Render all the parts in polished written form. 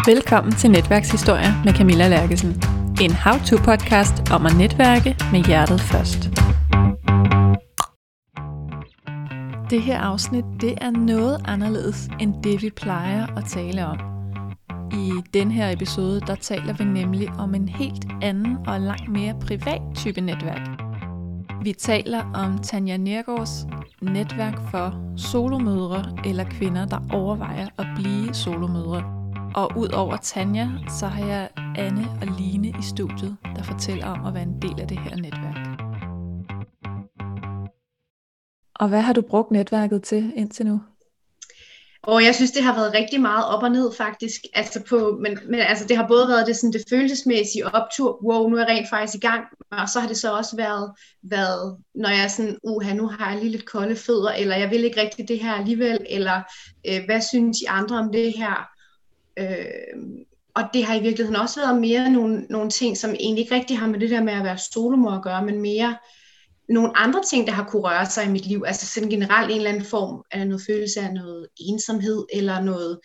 Velkommen til Netværkshistorier med Camilla Lerkesen. En how-to-podcast om at netværke med hjertet først. Det her afsnit, det er noget anderledes end det, vi plejer at tale om. I den her episode, der taler vi nemlig om en helt anden og langt mere privat type netværk. Vi taler om Tanja Neergaards netværk for solomødre eller kvinder, der overvejer at blive solomødre. Og ud over Tanja, så har jeg Anne og Line i studiet, der fortæller om at være en del af det her netværk. Og hvad har du brugt netværket til indtil nu? Og jeg synes, det har været rigtig meget op og ned faktisk. Men det har både været det følelsesmæssige optur, wow, nu er jeg rent faktisk i gang. Og så har det så også været når jeg er sådan, nu har jeg lige lidt kolde fødder, eller jeg vil ikke rigtig det her alligevel, eller hvad synes I andre om det her? Og det har i virkeligheden også været mere nogle ting, som egentlig ikke rigtig har med det der med at være solomor at gøre, men mere nogle andre ting, der har kunne røre sig i mit liv. Altså sådan generelt en eller anden form af noget følelse af noget ensomhed, eller noget,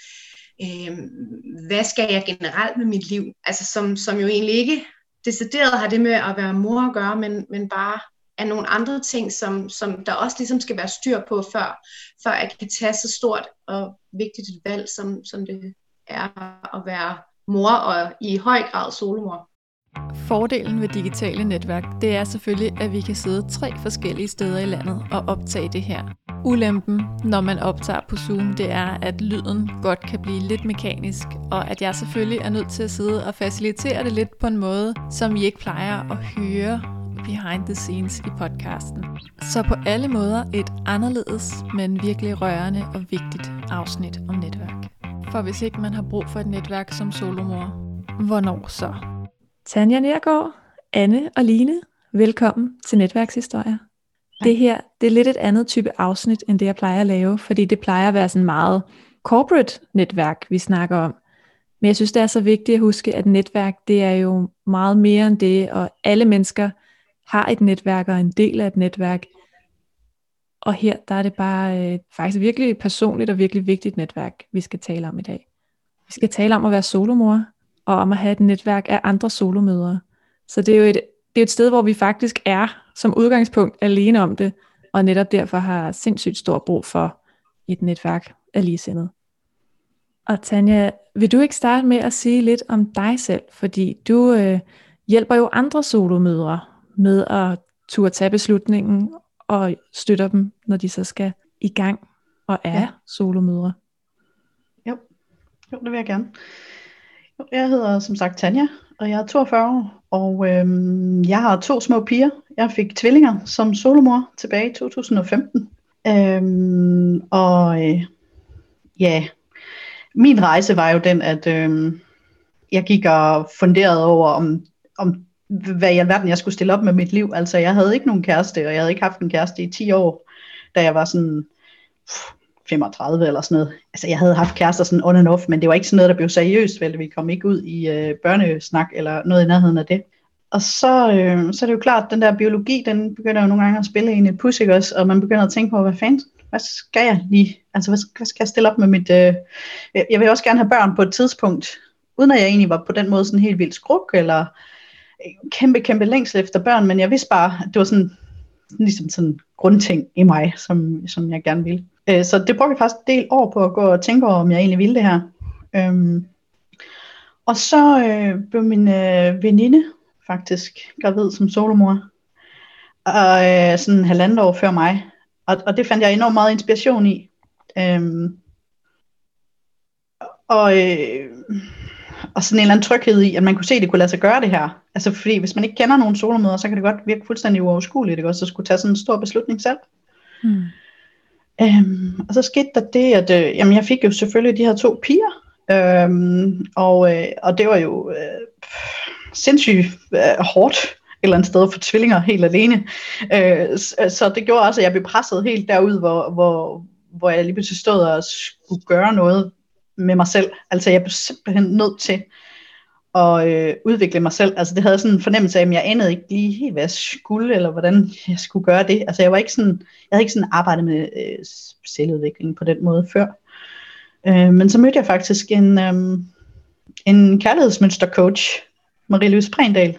hvad skal jeg generelt med mit liv? Altså som jo egentlig ikke decideret har det med at være mor at gøre, men bare er nogle andre ting, som der også ligesom skal være styr på, før jeg kan tage så stort og vigtigt et valg, som det er at være mor og i høj grad solomor. Fordelen ved digitale netværk, det er selvfølgelig, at vi kan sidde 3 forskellige steder i landet og optage det her. Ulempen, når man optager på Zoom, det er, at lyden godt kan blive lidt mekanisk, og at jeg selvfølgelig er nødt til at sidde og facilitere det lidt på en måde, som I ikke plejer at høre behind the scenes i podcasten. Så på alle måder et anderledes, men virkelig rørende og vigtigt afsnit om netværk. For hvis ikke man har brug for et netværk som solomor, hvornår så? Tanja Neergaard, Anne og Line, velkommen til Netværkshistorier. Det her, det er lidt et andet type afsnit, end det jeg plejer at lave, fordi det plejer at være sådan meget corporate netværk, vi snakker om. Men jeg synes, det er så vigtigt at huske, at netværk, det er jo meget mere end det, og alle mennesker har et netværk og en del af et netværk. Og her, der er det bare faktisk virkelig personligt og virkelig vigtigt netværk, vi skal tale om i dag. Vi skal tale om at være solomor, og om at have et netværk af andre solomødre. Så det er jo et sted, hvor vi faktisk er som udgangspunkt alene om det, og netop derfor har sindssygt stor brug for et netværk af ligesindede. Og Tanja, vil du ikke starte med at sige lidt om dig selv? Fordi du hjælper jo andre solomødre med at turde tage beslutningen og støtter dem, når de så skal i gang og er solomødre. Jo, det vil jeg gerne. Jeg hedder som sagt Tanja, og jeg er 42 år, og jeg har 2 små piger. Jeg fik tvillinger som solomor tilbage i 2015. Min rejse var jo den, at jeg gik og funderede over, om hvad i alverden jeg skulle stille op med mit liv. Altså jeg havde ikke nogen kæreste, og jeg havde ikke haft en kæreste i 10 år, da jeg var sådan 35 eller sådan noget. Altså jeg havde haft kærester sådan on and off, men det var ikke sådan noget, der blev seriøst, vel? Vi kom ikke ud i børnesnak eller noget i nærheden af det. Og så er det jo klart, at den der biologi, den begynder jo nogle gange at spille en et pus, ikke også? Og man begynder at tænke på, hvad skal jeg lige? Altså hvad skal jeg stille op med mit... Jeg vil også gerne have børn på et tidspunkt, uden at jeg egentlig var på den måde sådan helt vildt skruk, eller kæmpe længsel efter børn, men jeg vidste bare, at det var sådan ligesom sådan grundting i mig, som jeg gerne ville. Så det brugte jeg faktisk en del år på at gå og tænke over, om jeg egentlig ville det her. Og så blev min veninde faktisk gravid som solomor, og sådan 1,5 år før mig. Og det fandt jeg enormt meget inspiration i. Og sådan en eller anden tryghed i, at man kunne se, at det kunne lade sig gøre det her. Altså fordi hvis man ikke kender nogen solomødre, så kan det godt virke fuldstændig uoverskueligt, ikke også, at skulle tage sådan en stor beslutning selv. Og så skete der det, at jeg fik jo selvfølgelig de her 2 piger, og det var jo sindssygt hårdt et eller andet sted for tvillinger helt alene. Så det gjorde også, at jeg blev presset helt derud, hvor jeg lige pludselig stod og skulle gøre noget med mig selv. Altså jeg blev simpelthen nødt til at udvikle mig selv. Altså det havde sådan en fornemmelse af, at jeg anede ikke lige helt, hvad jeg skulle, eller hvordan jeg skulle gøre det. Altså jeg havde ikke sådan arbejdet med selvudvikling på den måde før. Men så mødte jeg faktisk en kærlighedsmønstercoach, Marie-Louise Prehndal,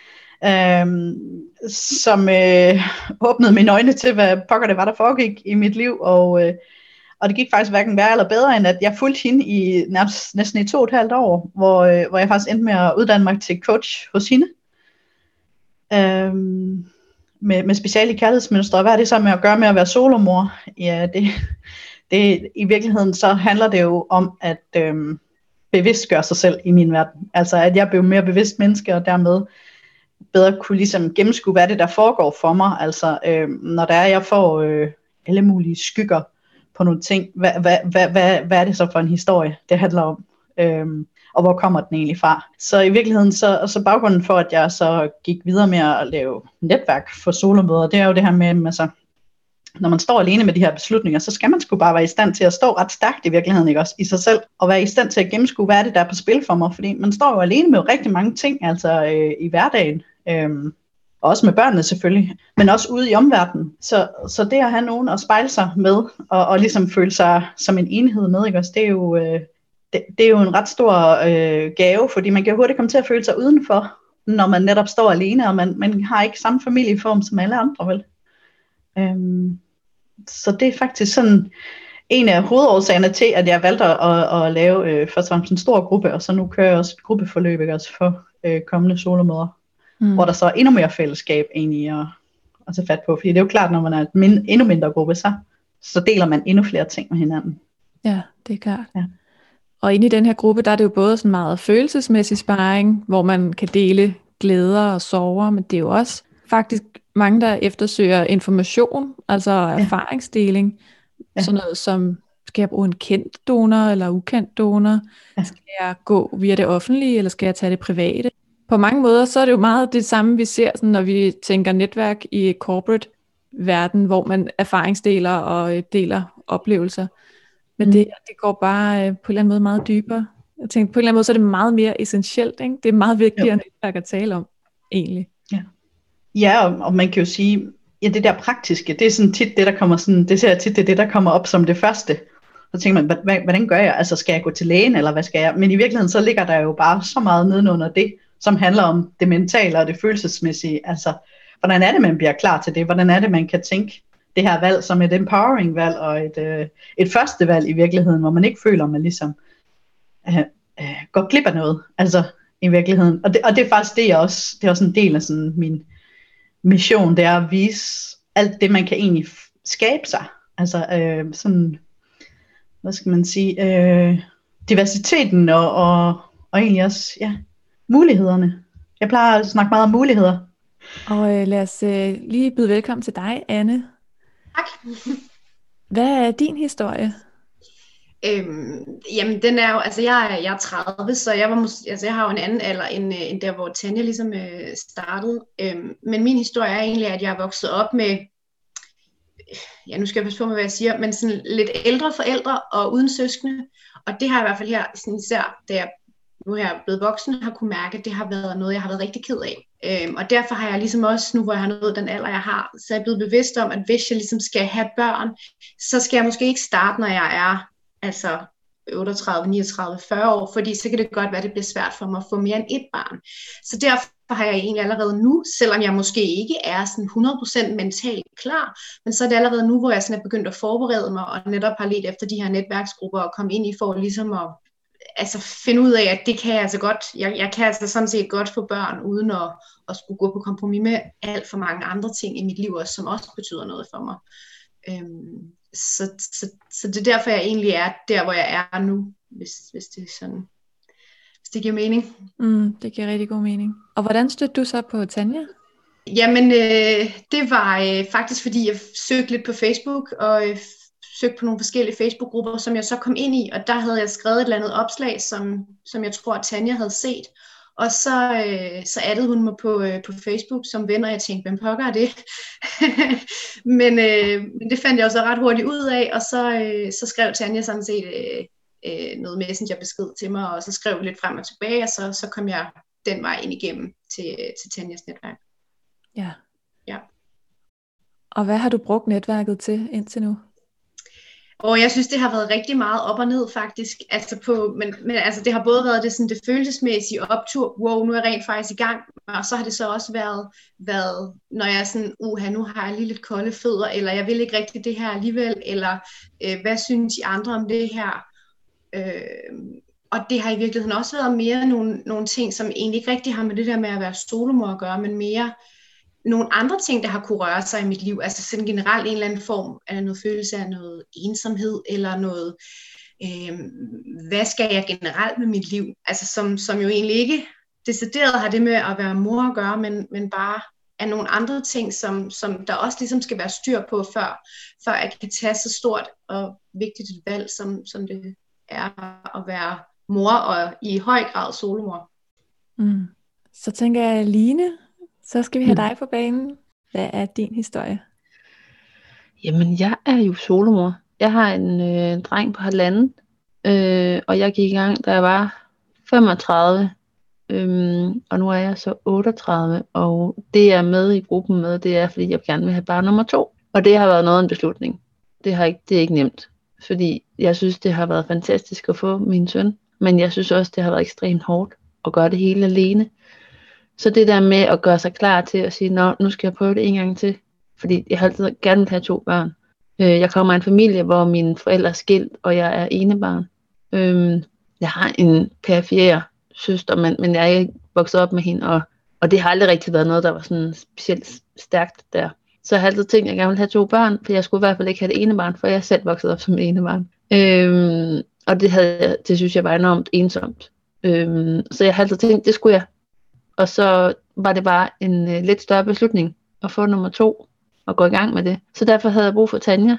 som åbnede mine øjne til, hvad pokker det var, der foregik i mit liv, og det gik faktisk hverken værre eller bedre, end at jeg fulgte hende i næsten i 2,5 år, hvor jeg faktisk endte med at uddanne mig til coach hos hende, med speciale i kærlighedsmønstre. Og hvad er det så med at gøre med at være solomor? Ja, det i virkeligheden så handler det jo om at bevidstgøre sig selv i min verden. Altså at jeg blev mere bevidst menneske, og dermed bedre kunne ligesom gennemskue, hvad det der foregår for mig. Altså når der er, jeg får alle mulige skygger på nogle ting, hvad er det så for en historie, det handler om? Og hvor kommer den egentlig fra? Så i virkeligheden, så baggrunden for, at jeg så gik videre med at lave netværk for solomødre, det er jo det her med, altså, når man står alene med de her beslutninger, så skal man sgu bare være i stand til at stå ret stærkt i virkeligheden, ikke også, i sig selv, og være i stand til at gennemskue, hvad er det, der er på spil for mig, fordi man står jo alene med rigtig mange ting, altså i hverdagen, og også med børnene selvfølgelig, men også ude i omverdenen. Så det at have nogen at spejle sig med, og ligesom føle sig som en enhed med, ikke også, det er jo en ret stor gave, fordi man kan hurtigt komme til at føle sig udenfor, når man netop står alene, og man har ikke samme familieform som alle andre, vel? Så det er faktisk sådan en af hovedårsagerne til, at jeg valgte at lave først og fremmest en stor gruppe, og så nu kører jeg også et gruppeforløb, ikke, også for kommende solomødre, hvor der så er endnu mere fællesskab egentlig at tage fat på, fordi det er jo klart, når man er endnu mindre gruppe, så deler man endnu flere ting med hinanden. Ja, det er klart. Ja. Og inde i den her gruppe, der er det jo både sådan meget følelsesmæssig sparring, hvor man kan dele glæder og sorger, men det er jo også faktisk mange, der eftersøger information, altså erfaringsdeling. Ja. Sådan noget som, skal jeg bruge en kendt donor eller ukendt donor? Ja. Skal jeg gå via det offentlige, eller skal jeg tage det private? På mange måder, så er det jo meget det samme, vi ser, sådan, når vi tænker netværk i corporate verden, hvor man erfaringsdeler og deler oplevelser. Men det går bare på en eller anden måde meget dybere. Jeg tænkte, på en eller anden måde, så er det meget mere essentielt, ikke? Det er meget vigtigere netværk at tale om, egentlig. Ja, og man kan jo sige, ja, det der praktiske, det er sådan tit det, der kommer sådan, det ser jeg tit, det er det, der kommer op som det første. Så tænker man, hvordan gør jeg? Altså, skal jeg gå til lægen, eller hvad skal jeg? Men i virkeligheden, så ligger der jo bare så meget nedenunder det, som handler om det mentale og det følelsesmæssige. Altså, hvordan er det, man bliver klar til det? Hvordan er det, man kan tænke det her valg som et empowering valg, og et første valg i virkeligheden, hvor man ikke føler, man ligesom går glip af noget, altså i virkeligheden. Og det er faktisk det er også en del af sådan min mission, det er at vise alt det, man kan egentlig skabe sig. Altså sådan, hvad skal man sige, diversiteten og egentlig også, mulighederne. Jeg plejer at snakke meget om muligheder. Og lad os lige byde velkommen til dig, Anne. Tak. Hvad er din historie? Jamen den er jo, altså jeg er 30, så jeg har jo en anden alder end der, hvor Tanja ligesom startede. Men min historie er egentlig, at jeg er vokset op med, nu skal jeg passe på med, hvad jeg siger, men sådan lidt ældre forældre og uden søskende. Og det har jeg i hvert fald her, sådan især da jeg nu her er blevet voksen, har kunne mærke, at det har været noget, jeg har været rigtig ked af. Og derfor har jeg ligesom også, nu hvor jeg har nået den alder, jeg har, så er jeg blevet bevidst om, at hvis jeg ligesom skal have børn, så skal jeg måske ikke starte, når jeg er altså 38, 39, 40 år, fordi så kan det godt være, at det bliver svært for mig at få mere end et barn. Så derfor har jeg egentlig allerede nu, selvom jeg måske ikke er sådan 100% mentalt klar, men så er det allerede nu, hvor jeg sådan er begyndt at forberede mig, og netop har let efter de her netværksgrupper og komme ind i for ligesom at finde ud af, at det kan jeg altså godt, jeg kan altså sådan set godt få børn, uden at skulle gå på kompromis med alt for mange andre ting i mit liv også, som også betyder noget for mig. Så det er derfor, jeg egentlig er der, hvor jeg er nu, hvis det er sådan, hvis det giver mening. Det giver rigtig god mening. Og hvordan stødte du så på Tanja? Jamen, det var faktisk, fordi jeg søgte lidt på Facebook, og søgte på nogle forskellige Facebook-grupper, som jeg så kom ind i, og der havde jeg skrevet et eller andet opslag, som jeg tror, at Tanja havde set. Og så addede hun mig på Facebook som ven, og jeg tænkte, hvem pokker er det? men det fandt jeg også ret hurtigt ud af, og så skrev Tanja sådan set noget messengerbesked til mig, og så skrev vi lidt frem og tilbage, og så kom jeg den vej ind igennem til Tanjas netværk. Ja. Og hvad har du brugt netværket til indtil nu? Og jeg synes, det har været rigtig meget op og ned faktisk. Men altså, det har både været det følelsesmæssige optur, wow, nu er jeg rent faktisk i gang, og så har det så også været når jeg er sådan, nu har jeg lige lidt kolde fødder, eller jeg vil ikke rigtig det her alligevel, eller hvad synes I andre om det her? Og det har i virkeligheden også været mere nogle ting, som egentlig ikke rigtig har med det der med at være solomor at gøre, men mere nogle andre ting, der har kunne røre sig i mit liv, altså sådan generelt en eller anden form af noget følelse af noget ensomhed, eller noget, hvad skal jeg generelt med mit liv, altså som jo egentlig ikke decideret har det med at være mor at gøre, men bare er nogle andre ting, som der også ligesom skal være styr på, før jeg kan tage så stort og vigtigt et valg, som det er at være mor, og i høj grad solomor. Så tænker jeg, Line, så skal vi have dig på banen. Hvad er din historie? Jamen, jeg er jo solomor. Jeg har en dreng på 1,5, og jeg gik i gang, da jeg var 35, og nu er jeg så 38, og det jeg er med i gruppen med, det er, fordi jeg gerne vil have barn nummer 2. Og det har været noget af en beslutning. Det er ikke nemt, fordi jeg synes, det har været fantastisk at få min søn, men jeg synes også, det har været ekstremt hårdt at gøre det hele alene. Så det der med at gøre sig klar til at sige, nu skal jeg prøve det en gang til, fordi jeg har altid gerne vil have 2 børn. Jeg kommer af en familie, hvor mine forældre er skilt, og jeg er enebarn. Jeg har en perifer søster, men jeg er ikke vokset op med hende, og det har aldrig rigtig været noget, der var sådan specielt stærkt der. Så jeg har altid tænkt, at jeg gerne vil have 2 børn, for jeg skulle i hvert fald ikke have det ene barn, for jeg er selv vokset op som enebarn. Og det synes jeg var enormt ensomt. Så jeg har altid tænkt, det skulle jeg. Og så var det bare en lidt større beslutning at få nummer 2 og gå i gang med det. Så derfor havde jeg brug for Tanja.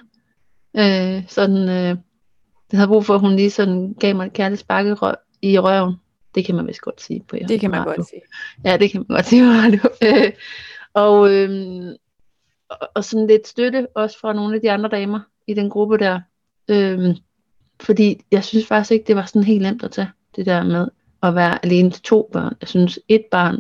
Det havde brug for, at hun lige sådan gav mig et kærligt spark i røven. Det kan man vist godt sige på jer. Det kan man godt sige. Ja, det kan man godt sige på radio. Og sådan lidt støtte også fra nogle af de andre damer i den gruppe der. Fordi jeg synes faktisk ikke, det var sådan helt nemt at tage det der med at være alene til 2 børn. Jeg synes, 1 barn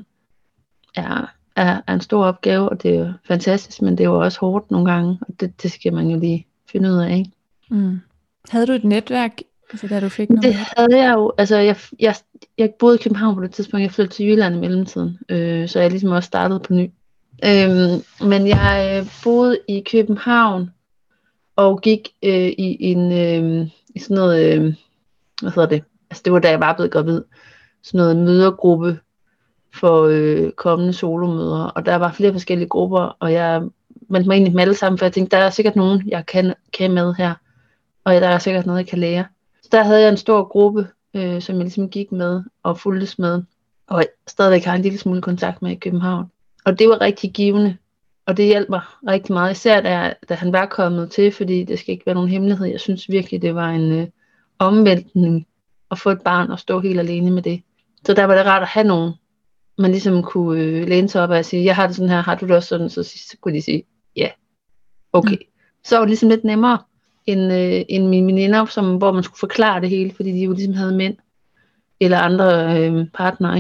er en stor opgave, og det er jo fantastisk, men det er jo også hårdt nogle gange, og det skal man jo lige finde ud af, ikke? Havde du et netværk, altså da du fik noget? Det havde jeg jo. Altså, jeg boede i København på det tidspunkt, jeg flyttede til Jylland i mellemtiden, så jeg ligesom også startede på ny. Men jeg boede i København, og gik i sådan noget, hvad hedder det? Altså det var da jeg var blevet gravid, sådan noget mødergruppe for kommende solomødre, og der var flere forskellige grupper, og jeg meldte mig ind i dem alle sammen, for jeg tænkte, der er sikkert nogen, jeg kan med her, og der er sikkert noget, jeg kan lære. Så der havde jeg en stor gruppe, som jeg ligesom gik med og fulgtes med, og stadigvæk har en lille smule kontakt med i København. Og det var rigtig givende, og det hjalp mig rigtig meget, især da han var kommet til, fordi det skal ikke være nogen hemmelighed. Jeg synes virkelig, det var en omvæltning at få et barn og stå helt alene med det. Så der var det rart at have nogen, man ligesom kunne læne sig op og sige, jeg har det sådan her, har du det også sådan? Så kunne de sige, ja, okay. Så var det ligesom lidt nemmere end mine veninder, hvor man skulle forklare det hele, fordi de jo ligesom havde mænd eller andre partnere,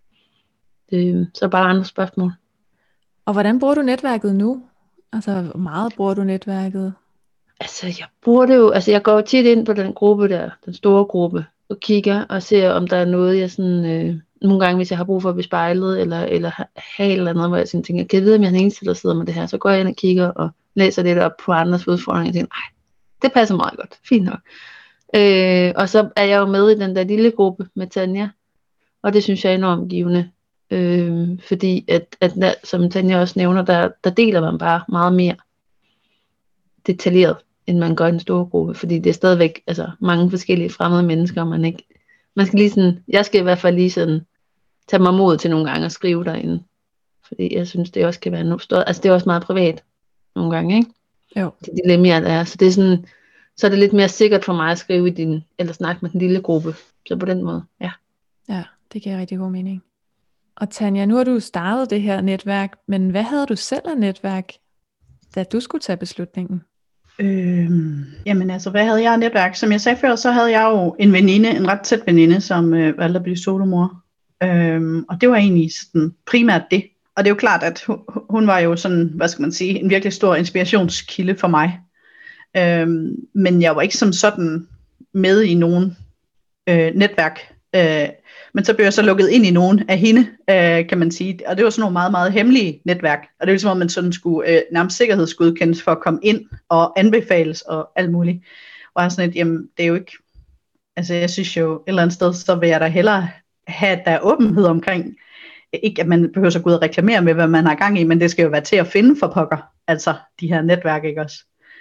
ikke? Så bare andre spørgsmål. Og hvordan bruger du netværket nu? Altså, hvor meget bruger du netværket? Altså, jeg bruger det jo, jeg går tit ind på den gruppe der, den store gruppe, og kigger og ser, om der er noget, jeg sådan, nogle gange, hvis jeg har brug for at blive spejlet, eller have et eller andet, hvor jeg sådan tænker, kan jeg vide, om jeg er den eneste, der sidder med det her? Så går jeg ind og kigger og læser lidt op på andres udfordringer, og tænker, nej, det passer meget godt, fint nok. Og så er jeg jo med i den der lille gruppe med Tanja, og det synes jeg er enormt givende. Fordi at som Tanja også nævner, der deler man bare meget mere detaljeret, end man gør i en stor gruppe, fordi det er stadigvæk mange forskellige fremmede mennesker, og man skal lige sådan, jeg skal i hvert fald lige sådan tage mig mod til nogle gange at skrive derinde, fordi jeg synes, det også kan være noget stort, det er også meget privat nogle gange, ikke? Jo. Det dilemmaer, der er, så det er sådan, så er det lidt mere sikkert for mig at skrive eller snakke med den lille gruppe, så på den måde, ja. Ja, det giver rigtig god mening. Og Tanja, nu har du startet det her netværk, men hvad havde du selv af netværk, da du skulle tage beslutningen? Hvad havde jeg af netværk? Som jeg sagde før, så havde jeg jo en veninde, en ret tæt veninde, som valgte at blive solomor. Og det var egentlig sådan primært det. Og det er jo klart, at hun var jo sådan, hvad skal man sige, en virkelig stor inspirationskilde for mig. Men jeg var ikke som sådan med i nogen netværk. Men så blev jeg så lukket ind i nogen af hende, kan man sige. Og det var sådan nogle meget, meget hemmelige netværk. Og det var ligesom, at man sådan skulle nærmest sikkerhedsgodkendes for at komme ind og anbefales og alt muligt. Og jeg er sådan et, jamen det er jo ikke, altså jeg synes jo et eller andet sted, så vil jeg da hellere have, at der er åbenhed omkring, ikke at man behøver så gå ud og reklamere med, hvad man har gang i, men det skal jo være til at finde for pokker, altså de her netværk, ikke også?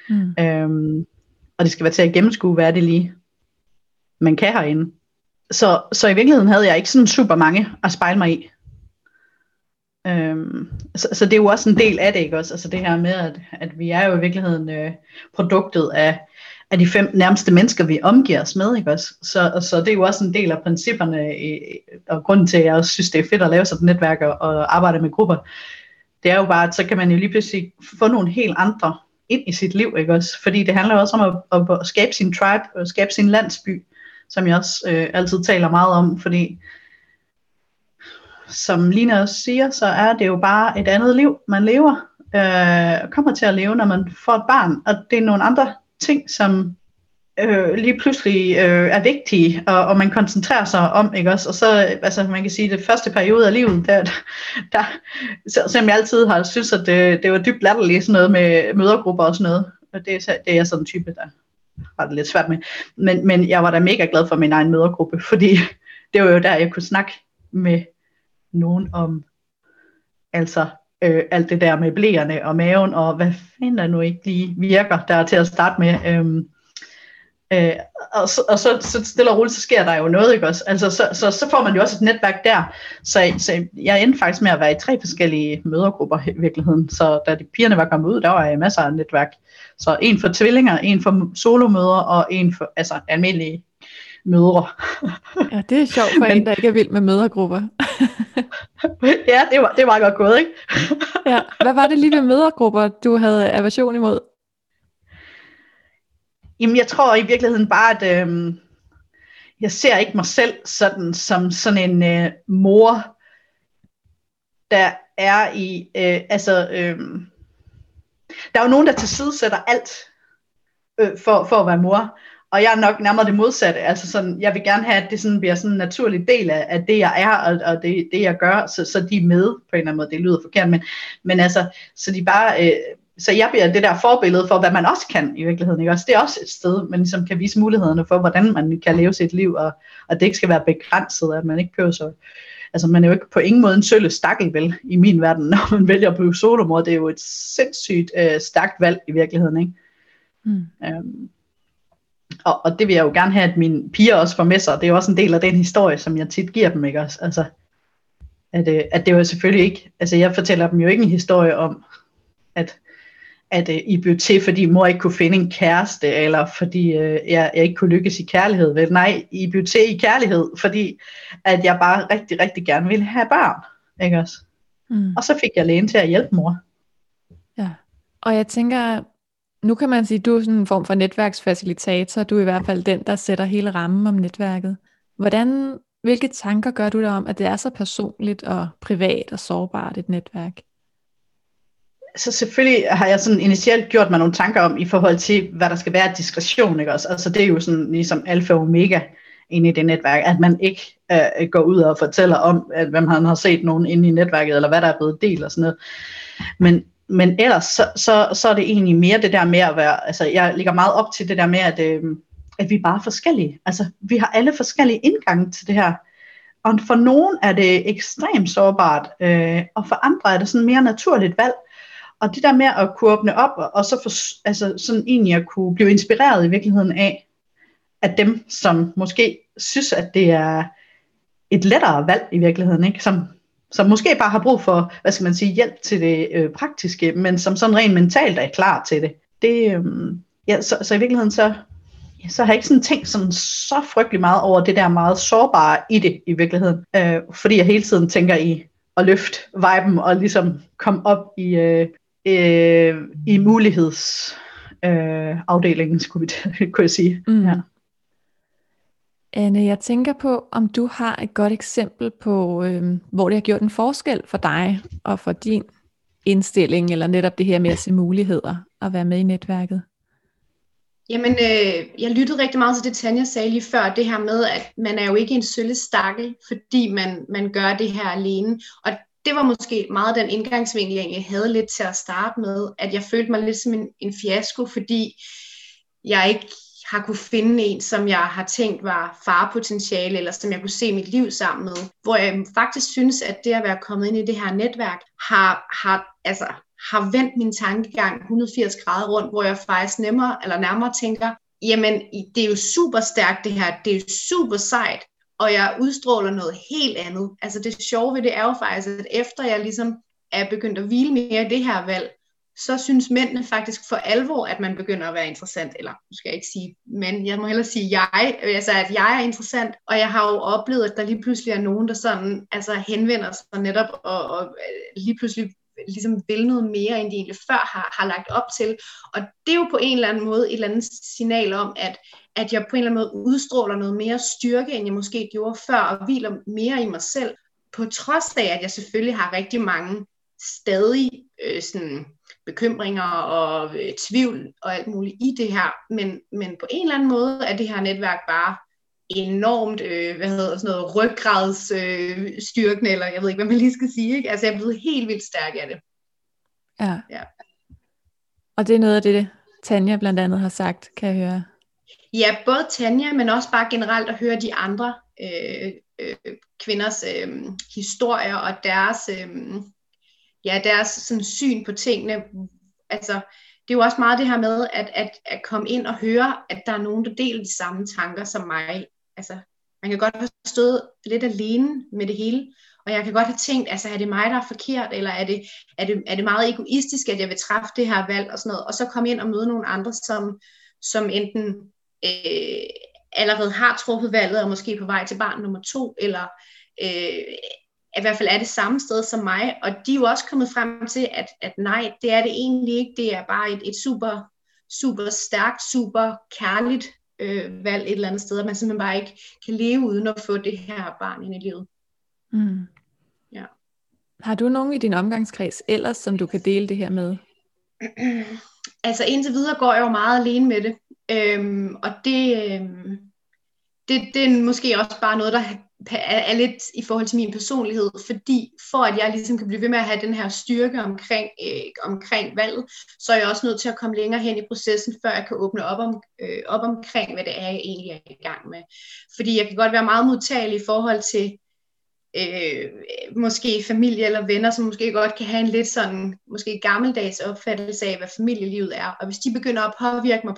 Og det skal være til at gennemskue, hvad er det lige, man kan herinde. Så i virkeligheden havde jeg ikke sådan super mange at spejle mig i. Så det er jo også en del af det, ikke også? Altså det her med, at vi er jo i virkeligheden produktet af de 5 nærmeste mennesker, vi omgiver os med, ikke også? Så det er jo også en del af principperne, og grunden til, at jeg også synes, det er fedt at lave sådan et netværk og arbejde med grupper, det er jo bare, at så kan man jo lige pludselig få nogle helt andre ind i sit liv, ikke også? Fordi det handler også om at skabe sin tribe, og skabe sin landsby, som jeg også altid taler meget om, fordi som Lina også siger, så er det jo bare et andet liv, man lever, kommer til at leve, når man får et barn, og det er nogle andre ting, som lige pludselig er vigtige, og man koncentrerer sig om, ikke også? Og så, altså man kan sige, det første periode af livet, der selvom jeg altid har synes, at det var dybt latterligt, sådan noget med mødergrupper og sådan noget, og det er jeg sådan en type, der har det lidt svært med, men jeg var da mega glad for min egen mødergruppe, fordi det var jo der, jeg kunne snakke med nogen om, altså alt det der med blæerne og maven, og hvad fanden der nu ikke lige virker der til at starte med. Og så stille og roligt, så sker der jo noget, ikke også? Altså, så får man jo også et netværk der. Så jeg endte faktisk med at være i 3 forskellige mødergrupper i virkeligheden. Så da de pigerne var kommet ud, der var jeg masser af netværk. Så en for tvillinger, en for solomødre, og en for almindelige mødre. Ja, det er sjovt for en, der ikke er vild med mødergrupper. Ja, det var godt gået, ikke? Ja. Hvad var det lige ved mødergrupper, du havde aversion imod? Jamen, jeg tror i virkeligheden bare, at jeg ser ikke mig selv sådan, som sådan en mor, der er i, der er jo nogen, der tilsidesætter alt for at være mor, og jeg er nok nærmere det modsatte, altså sådan, jeg vil gerne have, at det sådan bliver sådan en naturlig del af det, jeg er, og det jeg gør, så de er med på en eller anden måde, det lyder forkert, men altså, så de bare... Så jeg bliver det der forbillede for, hvad man også kan i virkeligheden. Ikke? Også, det er også et sted, man ligesom kan vise mulighederne for, hvordan man kan leve sit liv, og at det ikke skal være begrænset, at man ikke behøver så... Altså man er jo ikke på ingen måde en sølle stakkel, vel, i min verden, når man vælger at blive solomor. Det er jo et sindssygt stærkt valg i virkeligheden. Ikke? Og det vil jeg jo gerne have, at mine piger også får med sig. Det er jo også en del af den historie, som jeg tit giver dem. Ikke? Også, altså, at det jo selvfølgelig ikke... Altså jeg fortæller dem jo ikke en historie om, at I blev til, fordi mor ikke kunne finde en kæreste, eller fordi jeg ikke kunne lykkes i kærlighed. Vel? Nej, I blev til i kærlighed, fordi at jeg bare rigtig, rigtig gerne ville have børn. Ikke også? Og så fik jeg lægen til at hjælpe mor. Ja, og jeg tænker, nu kan man sige, at du er sådan en form for netværksfacilitator. Du er i hvert fald den, der sætter hele rammen om netværket. Hvilke tanker gør du dig om, at det er så personligt og privat og sårbart et netværk? Så selvfølgelig har jeg sådan initialt gjort mig nogle tanker om, i forhold til, hvad der skal være diskretion, ikke også? Altså det er jo sådan ligesom alfa og omega inde i det netværk, at man ikke går ud og fortæller om, at hvem han har set nogen inde i netværket, eller hvad der er blevet delt og sådan noget. Men ellers, så er det egentlig mere det der med at være, altså jeg ligger meget op til det der med, at vi bare er forskellige. Altså vi har alle forskellige indgange til det her. Og for nogen er det ekstremt sårbart, og for andre er det sådan mere naturligt valg. Og det der med at kunne åbne op, og så sådan egentlig at kunne blive inspireret i virkeligheden af dem, som måske synes, at det er et lettere valg i virkeligheden, ikke? Som måske bare har brug for, hvad skal man sige, hjælp til det praktiske, men som sådan rent mentalt er klar til det. Så i virkeligheden så har jeg ikke sådan tænkt sådan så frygtelig meget over det der meget sårbare i det i virkeligheden, fordi jeg hele tiden tænker i at løfte viben og ligesom komme op i mulighedsafdelingen, kunne jeg sige. Ja. Anne, jeg tænker på, om du har et godt eksempel på, hvor det har gjort en forskel for dig og for din indstilling, eller netop det her med at se muligheder og være med i netværket. Jamen, jeg lyttede rigtig meget til det, Tanja sagde lige før, det her med, at man er jo ikke en sølle stakkel, fordi man gør det her alene. Og det var måske meget den indgangsvinkel, jeg havde lidt til at starte med, at jeg følte mig lidt som en fiasko, fordi jeg ikke har kunne finde en, som jeg har tænkt var farepotentiale, eller som jeg kunne se mit liv sammen med. Hvor jeg faktisk synes, at det at være kommet ind i det her netværk, har vendt min tankegang 180 grader rundt, hvor jeg faktisk nærmere tænker, jamen, det er jo super stærkt det her, det er jo super sejt, og jeg udstråler noget helt andet. Altså det sjove ved det er jo faktisk, at efter jeg ligesom er begyndt at hvile mere i det her valg, så synes mændene faktisk for alvor, at man begynder at være interessant, eller nu skal jeg ikke sige men, jeg må hellere sige at jeg er interessant, og jeg har jo oplevet, at der lige pludselig er nogen, der sådan, henvender sig netop, og lige pludselig ligesom vil noget mere, end de egentlig før har lagt op til, og det er jo på en eller anden måde et eller andet signal om, at jeg på en eller anden måde udstråler noget mere styrke, end jeg måske gjorde før, og hviler mere i mig selv, på trods af, at jeg selvfølgelig har rigtig mange stadig sådan bekymringer og tvivl og alt muligt i det her, men på en eller anden måde er det her netværk bare enormt, ryggradsstyrkende, eller jeg ved ikke, hvad man lige skal sige, ikke? Altså jeg er blevet helt vildt stærk af det. Ja. Og det er noget af det, Tanja blandt andet har sagt, kan jeg høre. Ja, både Tanja, men også bare generelt at høre de andre kvinders historier og deres sådan syn på tingene. Altså, det er jo også meget det her med, at komme ind og høre, at der er nogen, der deler de samme tanker som mig. Altså, man kan godt have stået lidt alene med det hele, og jeg kan godt have tænkt, altså, er det mig, der er forkert, eller er det meget egoistisk, at jeg vil træffe det her valg, og sådan noget, og så komme ind og møde nogle andre, som enten allerede har truffet valget, og måske på vej til barn nummer 2, eller i hvert fald er det samme sted som mig, og de er jo også kommet frem til, at nej, det er det egentlig ikke, det er bare et super, super stærkt, super kærligt valg et eller andet sted, at man simpelthen bare ikke kan leve uden at få det her barn ind i livet. Mm. Ja. Har du nogen i din omgangskreds ellers, som du kan dele det her med? Altså indtil videre går jeg jo meget alene med det, og det er måske også bare noget, der er lidt i forhold til min personlighed, fordi for at jeg ligesom kan blive ved med at have den her styrke omkring valget, så er jeg også nødt til at komme længere hen i processen, før jeg kan åbne op omkring, hvad det er, jeg egentlig er i gang med. Fordi jeg kan godt være meget modtagelig i forhold til måske familie eller venner, som måske godt kan have en lidt sådan, måske gammeldags opfattelse af, hvad familielivet er. Og hvis de begynder at påvirke mig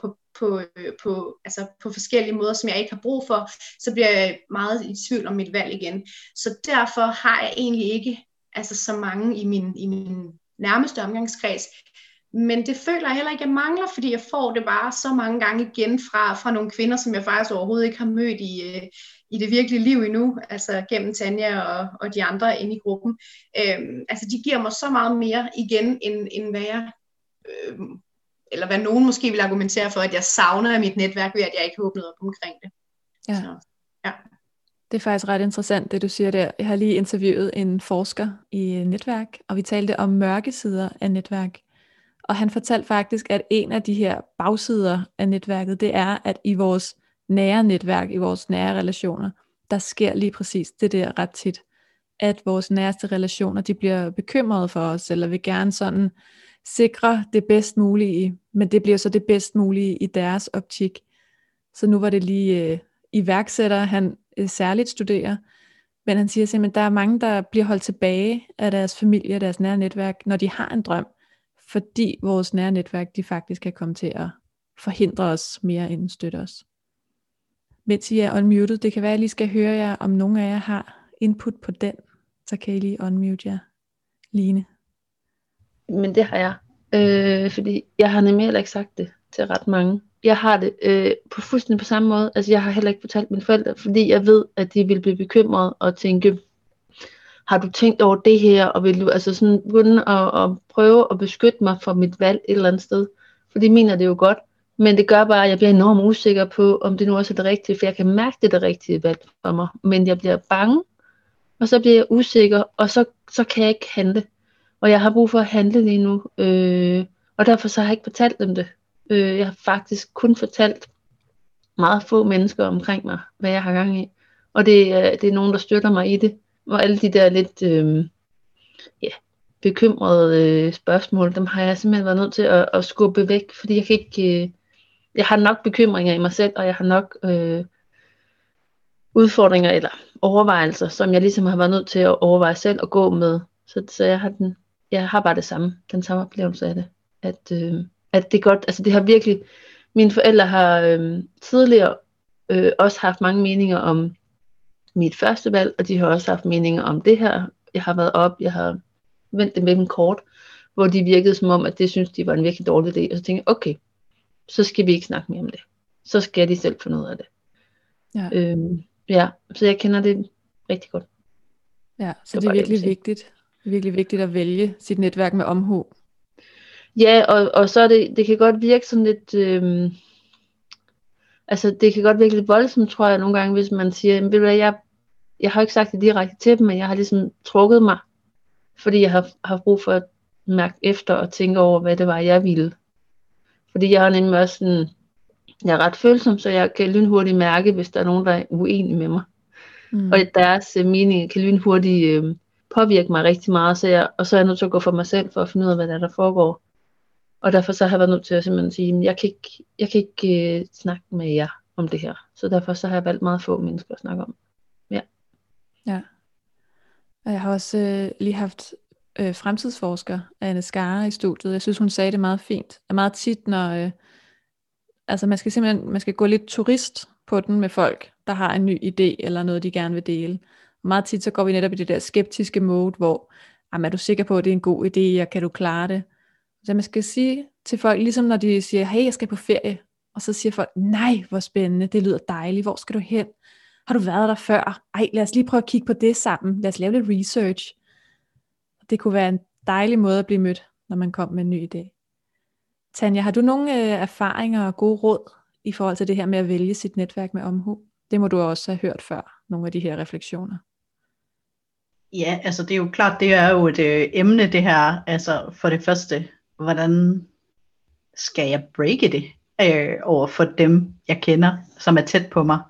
på forskellige måder, som jeg ikke har brug for, så bliver jeg meget i tvivl om mit valg igen. Så derfor har jeg egentlig ikke så mange i min nærmeste omgangskreds. Men det føler jeg heller ikke, jeg mangler, fordi jeg får det bare så mange gange igen fra nogle kvinder, som jeg faktisk overhovedet ikke har mødt i det virkelige liv endnu, altså gennem Tanja og de andre inde i gruppen. De giver mig så meget mere igen, end hvad jeg, eller hvad nogen måske vil argumentere for, at jeg savner af mit netværk, ved at jeg ikke har åbnet op omkring det. Ja. Så, ja. Det er faktisk ret interessant, det du siger der. Jeg har lige interviewet en forsker i netværk, og vi talte om mørke sider af netværk. Og han fortalte faktisk, at en af de her bagsider af netværket, det er, at i vores nære netværk, i vores nære relationer, der sker lige præcis det der ret tit, at vores næreste relationer, de bliver bekymrede for os, eller vil gerne sådan sikre det bedst mulige, men det bliver så det bedst mulige i deres optik. Så nu var det lige iværksættere, han særligt studerer, men han siger simpelthen, at der er mange, der bliver holdt tilbage af deres familie og deres nære netværk, når de har en drøm, fordi vores nære netværk, de faktisk kan komme til at forhindre os mere end støtte os. Mens I er unmuted, det kan være, at jeg lige skal høre jer, om nogen af jer har input på den, så kan I lige unmute jer. Line. Men det har jeg, fordi jeg har nemlig heller ikke sagt det til ret mange. Jeg har det på fuldstændig på samme måde, altså jeg har heller ikke fortalt mine forældre, fordi jeg ved, at de vil blive bekymrede og tænke, har du tænkt over det her, og vil du altså sådan begynde at prøve at beskytte mig for mit valg et eller andet sted, for de mener det jo godt, men det gør bare, at jeg bliver enormt usikker på, om det nu også er det rigtige, for jeg kan mærke, det er det rigtige valg for mig, men jeg bliver bange, og så bliver jeg usikker, og så kan jeg ikke handle, og jeg har brug for at handle lige nu, og derfor så har jeg ikke fortalt dem det, Jeg har faktisk kun fortalt meget få mennesker omkring mig, hvad jeg har gang i. Og det er nogen, der støtter mig i det. Og alle de der lidt bekymrede spørgsmål, dem har jeg simpelthen været nødt til at skubbe væk, fordi jeg kan ikke... jeg har nok bekymringer i mig selv, og jeg har nok udfordringer eller overvejelser, som jeg ligesom har været nødt til at overveje selv og gå med. Så jeg har bare den samme oplevelse af det. At det er godt, altså det har virkelig... Mine forældre har tidligere også haft mange meninger om mit første valg, og de har også haft meninger om det her. Jeg har været op, jeg har vendt det med dem kort, hvor de virkede som om, at det synes de var en virkelig dårlig idé. Og så tænkte jeg, okay, så skal vi ikke snakke mere om det. Så skal de selv finde ud af det. Så jeg kender det rigtig godt. Ja, så det er virkelig vigtigt. Det er virkelig vigtigt at vælge sit netværk med omhu. Ja, og så er det kan godt virke sådan lidt, altså det kan godt virke lidt voldsomt, tror jeg nogle gange, hvis man siger, ved du hvad, jeg har ikke sagt det direkte til dem, men jeg har ligesom trukket mig, fordi jeg har brug for at mærke efter og tænke over, hvad det var, jeg ville. Fordi jeg har nemlig også sådan, jeg er ret følsom, så jeg kan lynhurtigt mærke, hvis der er nogen, der er uenige med mig. Og deres mening kan lynhurtigt påvirke mig rigtig meget, og så er jeg nødt til at gå for mig selv, for at finde ud af, hvad der foregår. Og derfor så har jeg været nødt til at simpelthen sige, at jeg kan ikke snakke med jer om det her. Så derfor så har jeg valgt meget få mennesker at snakke om. Ja. Og jeg har også lige haft fremtidsforsker Anne Skare i studiet. Jeg synes, hun sagde det meget fint. Og meget tit, når altså man skal gå lidt turist på den med folk, der har en ny idé, eller noget, de gerne vil dele. Og meget tit, så går vi netop i det der skeptiske mode, hvor, er du sikker på, at det er en god idé, og kan du klare det? Så man skal sige til folk, ligesom når de siger, hey, jeg skal på ferie, og så siger folk, nej, hvor spændende, det lyder dejligt, hvor skal du hen? Har du været der før? Ej, lad os lige prøve at kigge på det sammen, lad os lave lidt research. Det kunne være en dejlig måde at blive mødt, når man kom med en ny idé. Tanja, har du nogle erfaringer og gode råd i forhold til det her med at vælge sit netværk med omhu? Det må du også have hørt før, nogle af de her refleksioner. Ja, altså det er jo klart, det er jo et emne det her, altså for det første, hvordan skal jeg breake det over for dem, jeg kender, som er tæt på mig.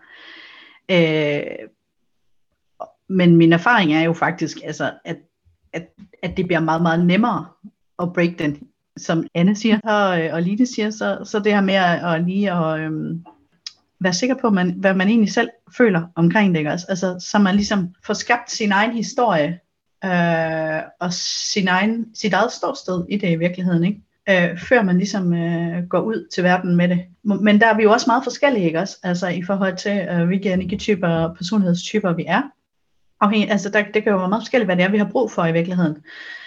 Men min erfaring er jo faktisk, altså, at det bliver meget, meget nemmere at break den, som Anne siger, og Line siger, så det her med at lige at være sikker på, hvad man egentlig selv føler omkring det, ikke også? Altså, så man ligesom får skabt sin egen historie, og sit eget ståsted i det i virkeligheden, ikke? Før man ligesom går ud til verden med det. Men der er vi jo også meget forskellige, ikke også? Altså i forhold til, hvilke energityper og personlighedstyper vi er. Altså det kan jo være meget forskelligt, hvad det er, vi har brug for i virkeligheden.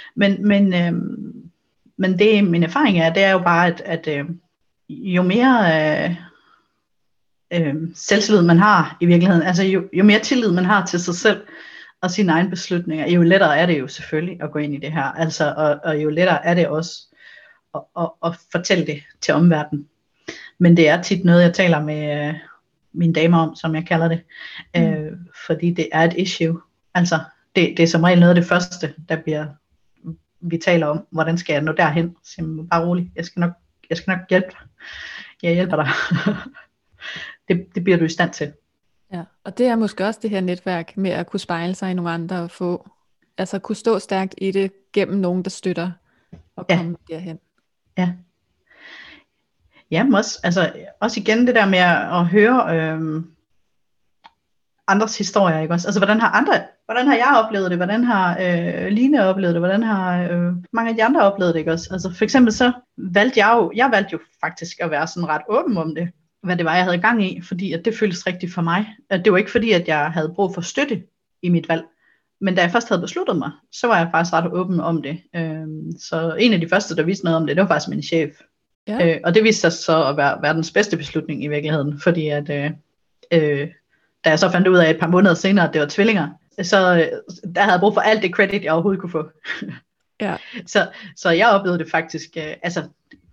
Men det min erfaring er, det er jo bare, at jo mere selvtillid man har i virkeligheden, altså jo mere tillid man har til sig selv og sine egne beslutninger, jo lettere er det jo selvfølgelig at gå ind i det her. Altså, og jo lettere er det også at fortælle det til omverdenen. Men det er tit noget, jeg taler med mine damer om, som jeg kalder det, fordi det er et issue. Altså, det er som regel noget af det første, vi taler om, hvordan skal jeg nå derhen? Så bare rolig, jeg skal nok hjælpe dig. Jeg hjælper dig. det bliver du i stand til. Ja, og det er måske også det her netværk med at kunne spejle sig i nogle andre og kunne stå stærkt i det gennem nogen, der støtter og komme derhen. Ja. Jamen også igen det der med at høre andres historier, ikke også? Altså hvordan har jeg oplevet det? Hvordan har Line oplevet det? Hvordan har mange af de andre oplevet det, ikke også? Altså for eksempel så valgte jeg valgte jo faktisk at være sådan ret åben om det, hvad det var, jeg havde gang i, fordi at det føltes rigtigt for mig. At det var ikke fordi, at jeg havde brug for støtte i mit valg, men da jeg først havde besluttet mig, så var jeg faktisk ret åben om det. Så en af de første, der vidste noget om det, det var faktisk min chef. Ja. Og det viste sig så at være verdens bedste beslutning i virkeligheden, fordi at da jeg så fandt ud af et par måneder senere, at det var tvillinger, så der havde jeg brug for alt det credit, jeg overhovedet kunne få. Ja. Så jeg oplevede det faktisk, altså,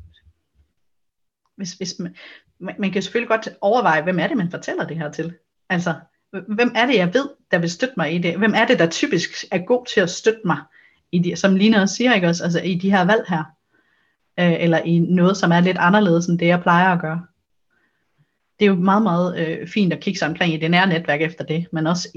hvis man kan selvfølgelig godt overveje, hvem er det, man fortæller det her til? Altså, hvem er det, jeg ved, der vil støtte mig i det? Hvem er det, der typisk er god til at støtte mig i det, som Line også siger, ikke også? Altså i de her valg her. eller i noget, som er lidt anderledes end det, jeg plejer at gøre. Det er jo meget, meget fint at kigge sig omkring i det nære netværk efter det, men også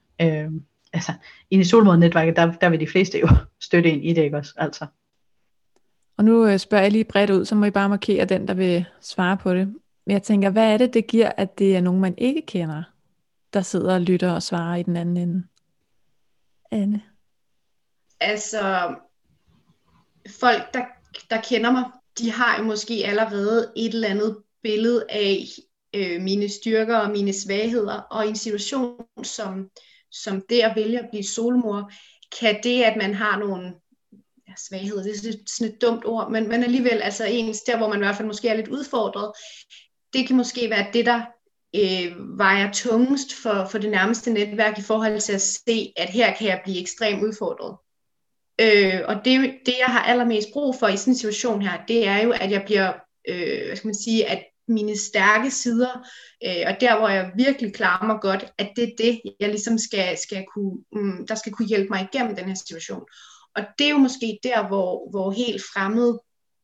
i solmodenetværket, der vil de fleste jo støtte ind i det, ikke også? Altså. Og nu spørger jeg lige bredt ud, så må I bare markere den, der vil svare på det. Men jeg tænker, hvad er det giver, at det er nogen, man ikke kender, der sidder og lytter og svarer i den anden ende? Anne? Altså, folk, der kender mig, de har jo måske allerede et eller andet billede af mine styrker og mine svagheder, og i en situation som det at vælge at blive solmor, kan det, at man har nogle svagheder, det er sådan et dumt ord, men alligevel, altså ens der, hvor man i hvert fald måske er lidt udfordret, det kan måske være det, der vejer tungest for det nærmeste netværk i forhold til at se, at her kan jeg blive ekstremt udfordret. Og det, jeg har allermest brug for i sådan en situation her, det er jo, at jeg bliver, hvad skal man sige, at mine stærke sider, og der, hvor jeg virkelig klarer mig godt, at det er det, jeg ligesom skal kunne, der skal kunne hjælpe mig igennem den her situation. Og det er jo måske der, hvor helt fremmede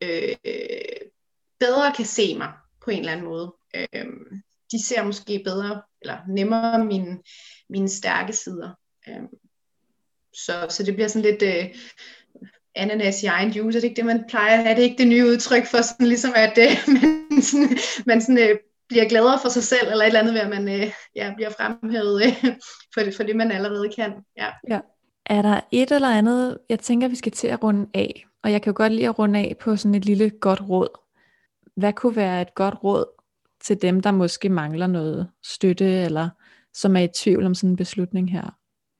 bedre kan se mig på en eller anden måde. De ser måske bedre, eller nemmere mine stærke sider. Så det bliver sådan lidt ananas i egen juice, er det ikke det, man plejer? Er det ikke det nye udtryk for sådan ligesom, at man sådan, bliver gladere for sig selv, eller et eller andet ved, at man bliver fremhævet for det, man allerede kan. Ja. Er der et eller andet, jeg tænker, vi skal til at runde af, og jeg kan jo godt lide at runde af på sådan et lille godt råd. Hvad kunne være et godt råd til dem, der måske mangler noget støtte, eller som er i tvivl om sådan en beslutning her?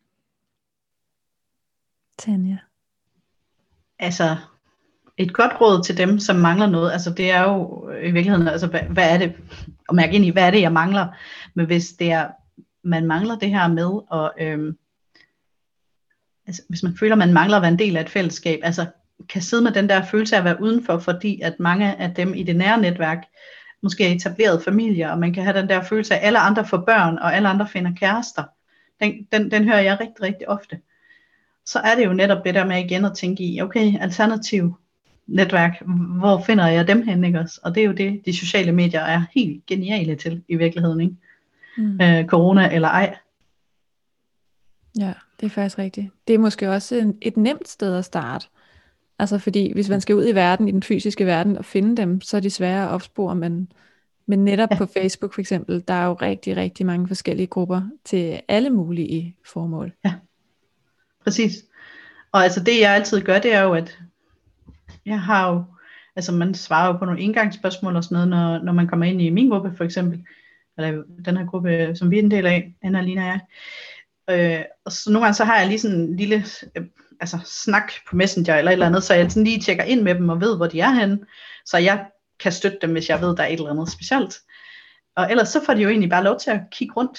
Tanja? Altså, et godt råd til dem, som mangler noget, altså det er jo i virkeligheden, altså hvad er det, at mærke ind i, hvad er det, jeg mangler? Men hvis det er, man mangler det her med, og altså, hvis man føler, man mangler at være en del af et fællesskab, altså kan sidde med den der følelse af at være udenfor, fordi at mange af dem i det nære netværk, måske er etableret familier, og man kan have den der følelse af, at alle andre får børn, og alle andre finder kærester. Den hører jeg rigtig, rigtig ofte. Så er det jo netop det der med igen at tænke i, okay, alternativ netværk, hvor finder jeg dem hen, ikke også? Og det er jo det, de sociale medier er helt geniale til i virkeligheden, ikke? Corona eller ej. Ja, det er faktisk rigtigt. Det er måske også et nemt sted at starte. Altså fordi, hvis man skal ud i verden, i den fysiske verden, og finde dem, så er de svære at opspore, men netop på Facebook for eksempel, der er jo rigtig, rigtig mange forskellige grupper til alle mulige formål. Ja, præcis. Og altså det jeg altid gør, det er jo, at jeg har jo, altså man svarer jo på nogle indgangsspørgsmål og sådan noget, når man kommer ind i min gruppe for eksempel, eller den her gruppe, som vi er en del af, Anna, Lina og jeg. Og så nogle gange så har jeg lige sådan en lille snak på Messenger eller et eller andet, så jeg sådan lige tjekker ind med dem og ved, hvor de er henne, så jeg kan støtte dem, hvis jeg ved, der er et eller andet specielt. Og ellers så får de jo egentlig bare lov til at kigge rundt,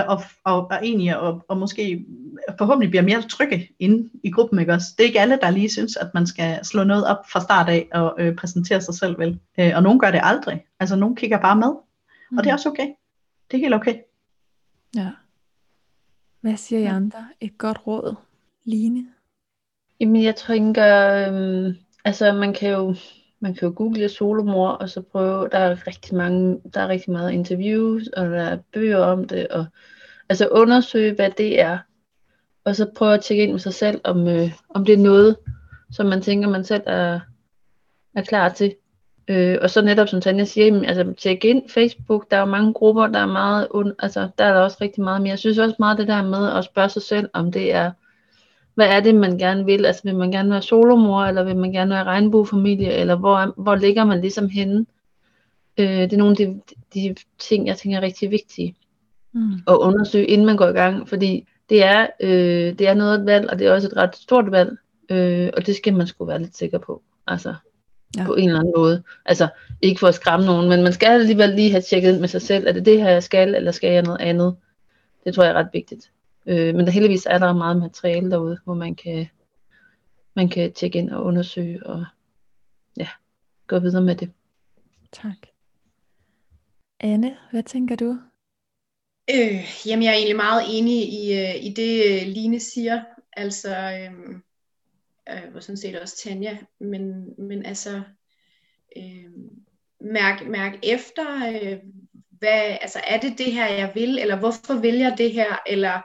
og måske forhåbentlig bliver mere trygge inde i gruppen, ikke også? Det er ikke alle, der lige synes, at man skal slå noget op fra start af og præsentere sig selv vel. Og nogen gør det aldrig. Altså nogen kigger bare med. Og det er også okay. Det er helt okay. Ja. Hvad siger I andre? Et godt råd? Line? Jamen jeg tænker, altså man kan jo google solomor, og så prøve, der er rigtig meget interviews, og der er bøger om det, og altså undersøge, hvad det er, og så prøve at tjekke ind med sig selv, om det er noget, som man tænker, man selv er klar til. Og så netop som Tanja siger, altså tjek ind Facebook, der er jo mange grupper, der er meget, der er der også rigtig meget, men jeg synes også meget det der med at spørge sig selv, om det er, hvad er det, man gerne vil? Altså vil man gerne være solomor, eller vil man gerne være regnbuefamilie, eller hvor ligger man ligesom henne? Det er nogle af de ting, jeg tænker er rigtig vigtige at undersøge, inden man går i gang, fordi det er noget af et valg, og det er også et ret stort valg, og det skal man sgu være lidt sikker på, altså på en eller anden måde. Altså ikke for at skræmme nogen, men man skal alligevel lige have tjekket ind med sig selv, er det her jeg skal, eller skal jeg noget andet? Det tror jeg er ret vigtigt. Men der heldigvis er der meget materiale derude, hvor man kan tjekke ind og undersøge og gå videre med det. Tak. Anne, hvad tænker du? Jamen jeg er egentlig meget enig i det Line siger, altså og sådan set også Tanja, men altså mærke efter, hvad, altså er det det her, jeg vil, eller hvorfor vil jeg det her, eller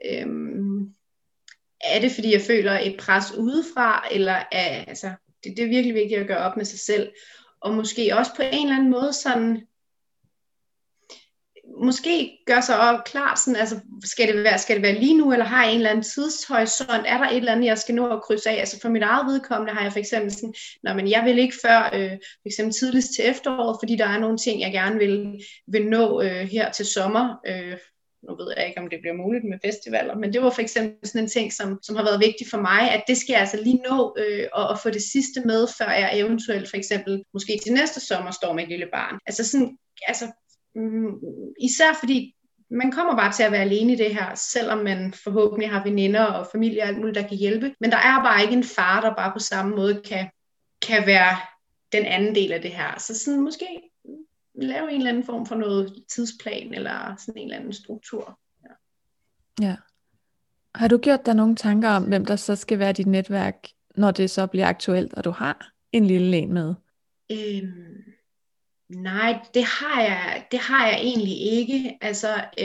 er det, fordi jeg føler et pres udefra, eller altså, det er virkelig vigtigt at gøre op med sig selv, og måske også på en eller anden måde sådan, måske gør sig op klart sådan, altså skal det være lige nu, eller har jeg en eller anden tidshorisont, er der et eller andet, jeg skal nå at krydse af, altså for mit eget vedkommende har jeg for eksempel sådan, men jeg vil ikke før for eksempel tidligst til efteråret, fordi der er nogle ting, jeg gerne vil nå her til sommer, nu ved jeg ikke, om det bliver muligt med festivaler, men det var for eksempel sådan en ting, som har været vigtig for mig, at det skal jeg altså lige nå at få det sidste med, før jeg eventuelt for eksempel, måske til næste sommer står med et lille barn. Altså sådan, især fordi man kommer bare til at være alene i det her, selvom man forhåbentlig har veninder og familie og alt muligt, der kan hjælpe. Men der er bare ikke en far, der bare på samme måde kan være den anden del af det her. Så sådan måske lave en eller anden form for noget tidsplan, eller sådan en eller anden struktur. Ja. Har du gjort dig nogle tanker om, hvem der så skal være dit netværk, når det så bliver aktuelt, og du har en lille en med? Nej, det har jeg egentlig ikke. Altså,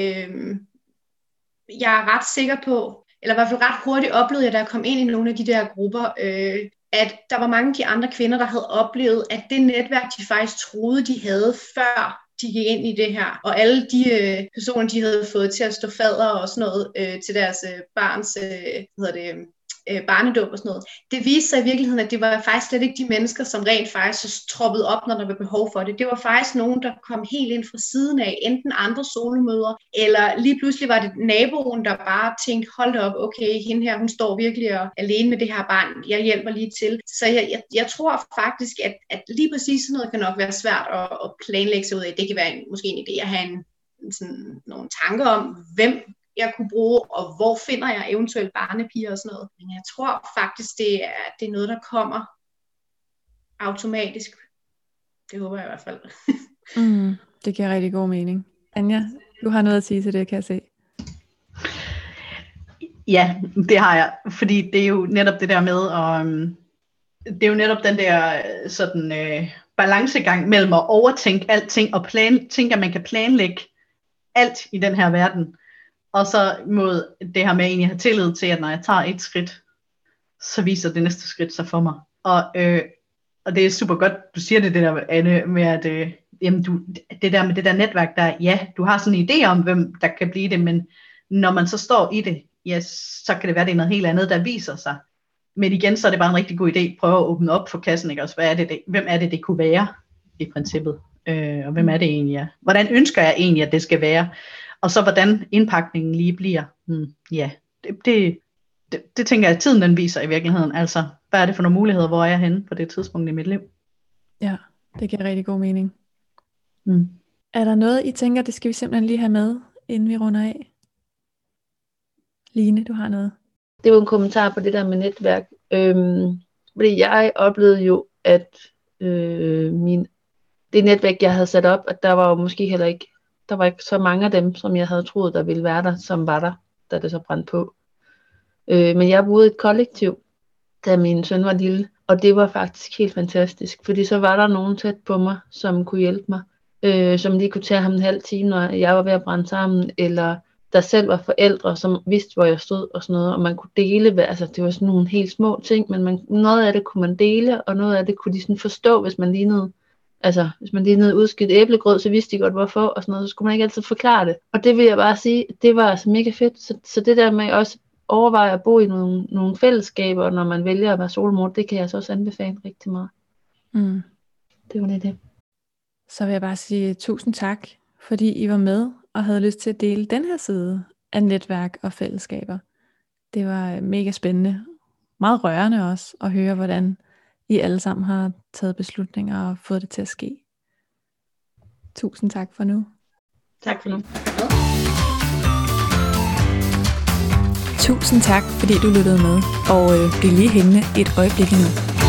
jeg er ret sikker på, eller i hvert fald ret hurtigt oplevede jeg, da jeg kom ind i nogle af de der grupper, at der var mange af de andre kvinder, der havde oplevet, at det netværk, de faktisk troede, de havde før de gik ind i det her, og alle de personer, de havde fået til at stå fadder og sådan noget til deres barns, barnedåb og sådan noget. Det viste sig i virkeligheden, at det var faktisk slet ikke de mennesker, som rent faktisk troppede op, når der var behov for det. Det var faktisk nogen, der kom helt ind fra siden af, enten andre solomødre, eller lige pludselig var det naboen, der bare tænkte, hold op, okay, hende her, hun står virkelig alene med det her barn, jeg hjælper lige til. Så jeg tror faktisk, at lige præcis sådan noget kan nok være svært at planlægge sig ud af. Det kan være måske en idé at have sådan nogle tanker om, hvem jeg kunne bruge, og hvor finder jeg eventuelt barnepiger og sådan noget. Men jeg tror faktisk, det er noget, der kommer automatisk. Det håber jeg i hvert fald. Det giver rigtig god mening. Anja, du har noget at sige til det, kan jeg se. Ja, det har jeg, fordi det er jo netop det der med, og det er jo netop den der sådan balancegang mellem at overtænke alting, og tænke, at man kan planlægge alt i den her verden, og så mod det her med at egentlig have tillid til, at når jeg tager et skridt, så viser det næste skridt sig for mig. Og det er super godt, du siger det der, Anne, med at det der med det der netværk, der, ja, du har sådan en idé om, hvem der kan blive det, men når man så står i det, ja, så kan det være, det er noget helt andet, der viser sig. Men igen, så er det bare en rigtig god idé, prøve at åbne op for kassen, ikke også? Hvem er det kunne være, i princippet? Og hvem er det egentlig? Ja? Hvordan ønsker jeg egentlig, at det skal være? Og så hvordan indpakningen lige bliver. Ja, det tænker jeg, at tiden den viser i virkeligheden. Altså, hvad er det for nogle muligheder, hvor er jeg henne på det tidspunkt i mit liv? Ja, det giver rigtig god mening. Er der noget, I tænker, det skal vi simpelthen lige have med, inden vi runder af? Line, du har noget. Det var en kommentar på det der med netværk. Fordi jeg oplevede jo, at det netværk, jeg havde sat op, at der var jo måske heller ikke, der var ikke så mange af dem, som jeg havde troet, der ville være der, som var der, da det så brændte på. Men jeg boede i et kollektiv, da min søn var lille, og det var faktisk helt fantastisk, fordi så var der nogen tæt på mig, som kunne hjælpe mig, som lige kunne tage ham en halv time, når jeg var ved at brænde sammen, eller der selv var forældre, som vidste, hvor jeg stod og sådan noget, og man kunne dele, altså det var sådan nogle helt små ting, men noget af det kunne man dele, og noget af det kunne de sådan forstå, hvis man lignede udskidt æblegrød, så vidste de godt hvorfor, og sådan noget, så skulle man ikke altid forklare det. Og det vil jeg bare sige, det var altså mega fedt, så det der med også overveje at bo i nogle fællesskaber, når man vælger at være solmor, det kan jeg så også anbefale rigtig meget. Det var det. Så vil jeg bare sige tusind tak, fordi I var med og havde lyst til at dele den her side af netværk og fællesskaber. Det var mega spændende, meget rørende også at høre, hvordan I alle sammen har taget beslutninger og fået det til at ske. Tusind tak for nu. Tak for nu. Tusind tak, fordi du lyttede med, og bliv lige hængende et øjeblik nu.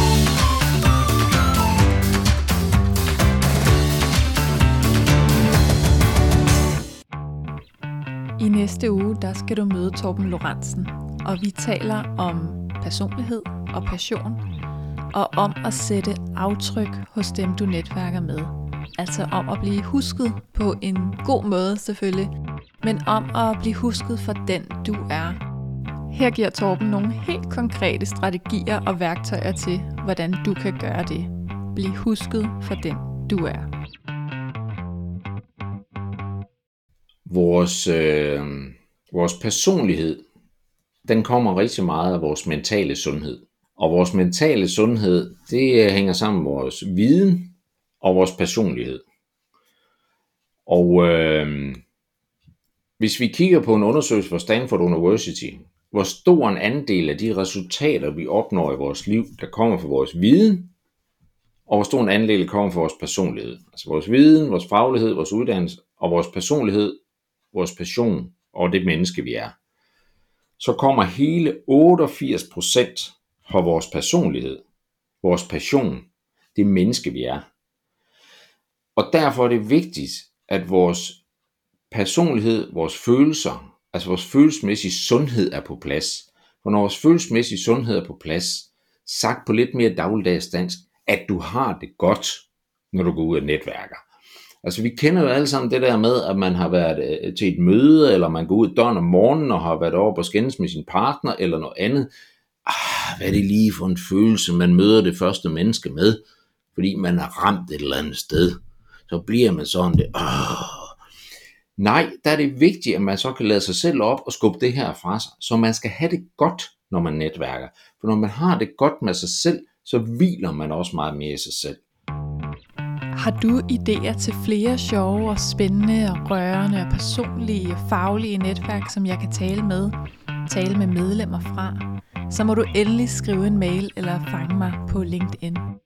I næste uge, der skal du møde Torben Lorentzen, og vi taler om personlighed og passion, og om at sætte aftryk hos dem, du netværker med. Altså om at blive husket på en god måde selvfølgelig, men om at blive husket for den, du er. Her giver Torben nogle helt konkrete strategier og værktøjer til, hvordan du kan gøre det. Bliv husket for den, du er. Vores personlighed, den kommer rigtig meget af vores mentale sundhed. Og vores mentale sundhed, det hænger sammen med vores viden og vores personlighed. Og hvis vi kigger på en undersøgelse fra Stanford University, hvor stor en andel af de resultater, vi opnår i vores liv, der kommer fra vores viden, og hvor stor en andel kommer fra vores personlighed. Altså vores viden, vores faglighed, vores uddannelse og vores personlighed, vores passion og det menneske, vi er. Så kommer hele 88% fra vores personlighed, vores passion, det menneske, vi er. Og derfor er det vigtigt, at vores personlighed, vores følelser, altså vores følelsesmæssige sundhed er på plads. For når vores følelsesmæssige sundhed er på plads, sagt på lidt mere dagligdags dansk, at du har det godt, når du går ud og netværker. Altså vi kender jo alle sammen det der med, at man har været til et møde, eller man går ud døren om morgenen og har været over på skændes med sin partner, eller noget andet. Hvad er det lige for en følelse, man møder det første menneske med, fordi man har ramt et eller andet sted. Så bliver man sådan det. Nej, der er det vigtigt, at man så kan lade sig selv op og skubbe det her fra sig. Så man skal have det godt, når man netværker. For når man har det godt med sig selv, så hviler man også meget mere i sig selv. Har du idéer til flere sjove og spændende og rørende og personlige og faglige netværk, som jeg kan tale med medlemmer fra, så må du endelig skrive en mail eller fange mig på LinkedIn.